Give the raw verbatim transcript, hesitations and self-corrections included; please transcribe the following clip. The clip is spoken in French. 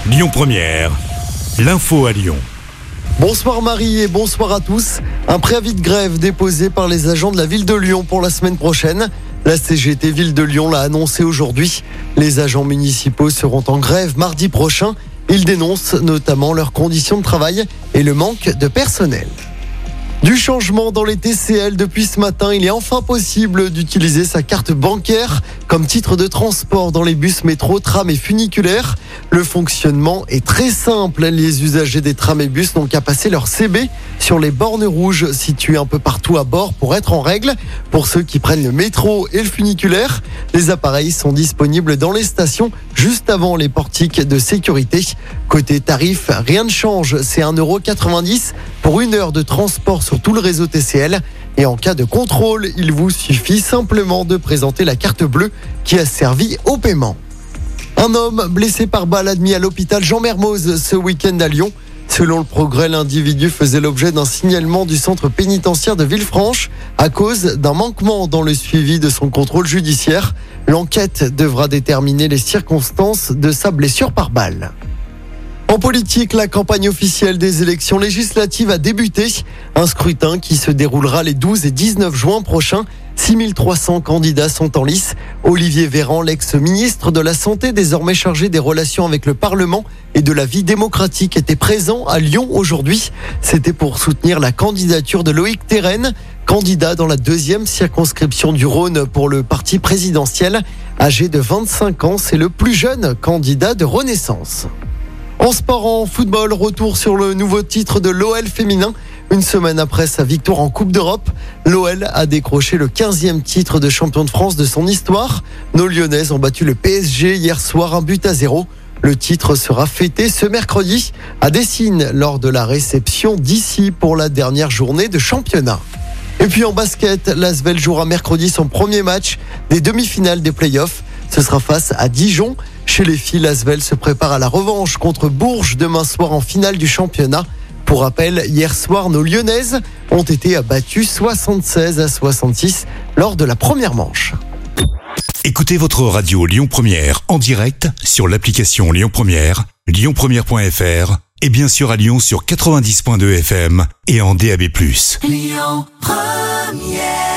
Lyon Première, l'info à Lyon. Bonsoir Marie et bonsoir à tous. Un préavis de grève déposé par les agents de la ville de Lyon pour la semaine prochaine. La C G T Ville de Lyon l'a annoncé aujourd'hui. Les agents municipaux seront en grève mardi prochain. Ils dénoncent notamment leurs conditions de travail et le manque de personnel. Du changement dans les T C L depuis ce matin, il est enfin possible d'utiliser sa carte bancaire comme titre de transport dans les bus, métro, trams et funiculaires. Le fonctionnement est très simple. Les usagers des trams et bus n'ont qu'à passer leur C B sur les bornes rouges situées un peu partout à bord pour être en règle. Pour ceux qui prennent le métro et le funiculaire, les appareils sont disponibles dans les stations juste avant les portiques de sécurité. Côté tarif, rien ne change. C'est un euro quatre-vingt-dix pour une heure de transport sur tout le réseau T C L. Et en cas de contrôle, il vous suffit simplement de présenter la carte bleue qui a servi au paiement. Un homme blessé par balle admis à l'hôpital Jean Mermoz ce week-end à Lyon. Selon le Progrès, l'individu faisait l'objet d'un signalement du centre pénitentiaire de Villefranche à cause d'un manquement dans le suivi de son contrôle judiciaire. L'enquête devra déterminer les circonstances de sa blessure par balle. En politique, la campagne officielle des élections législatives a débuté. Un scrutin qui se déroulera les douze et dix-neuf juin prochains. six mille trois cents candidats sont en lice. Olivier Véran, l'ex-ministre de la Santé, désormais chargé des relations avec le Parlement et de la vie démocratique, était présent à Lyon aujourd'hui. C'était pour soutenir la candidature de Loïc Théraine, candidat dans la deuxième circonscription du Rhône pour le parti présidentiel. Âgé de vingt-cinq ans, c'est le plus jeune candidat de Renaissance. En sport, en football, retour sur le nouveau titre de l'O L féminin. Une semaine après sa victoire en Coupe d'Europe, l'O L a décroché le quinzième titre de champion de France de son histoire. Nos Lyonnaises ont battu le P S G hier soir un but à zéro. Le titre sera fêté ce mercredi à Dessines lors de la réception d'ici pour la dernière journée de championnat. Et puis en basket, l'Asvel jouera mercredi son premier match des demi-finales des playoffs. Ce sera face à Dijon. Chez les filles, l'Asvel se prépare à la revanche contre Bourges demain soir en finale du championnat. Pour rappel, hier soir, nos Lyonnaises ont été battues soixante-seize à soixante-six lors de la première manche. Écoutez votre radio Lyon Première en direct sur l'application Lyon Première, lyon première point f r et bien sûr à Lyon sur quatre-vingt-dix point deux F M et en D A B plus. Lyon Première.